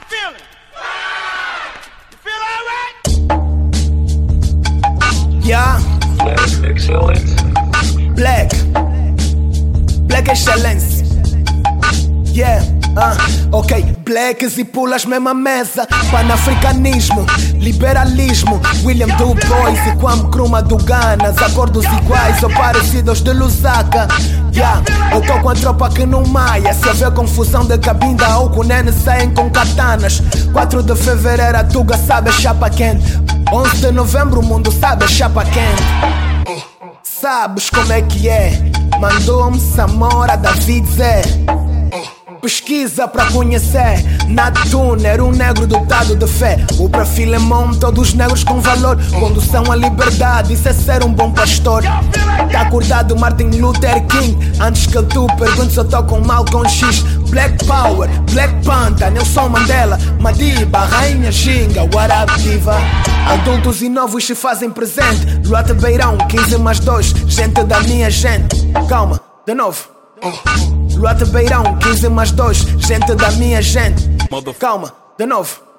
feeling? You feel alright? Yeah. Black Excellence. Black Excellence. Yeah, ok, blacks e pulas mesma mesa. Panafricanismo, liberalismo, William Du Bois e Kwame Nkrumah do Ghana. Acordos iguais ou parecidos de Lusaka. Yeah, eu tô com a tropa que não maia. Se haver confusão de cabinda ou com nene saem com katanas. 4 de fevereiro a Tuga sabe chapa quente. 11 de novembro o mundo sabe chapa quente. Sabes como é que é? Mandou-me Samora David Zé. Pesquisa pra conhecer. Nat Turner, um negro dotado de fé. O perfil é mom, todos negros com valor. Condução à liberdade, isso é ser um bom pastor. Tá acordado Martin Luther King. Antes que tu perguntes eu tô com Malcolm X. Black Power, Black Panther, Nelson Mandela, Madiba, Rainha Ginga, what up diva? Adultos e novos se fazem presente. Luata Beirão, 15 mais 2, gente da minha gente. Calma, de novo. Luata Beirão, 15 mais 2, gente da minha gente. Calma, de novo.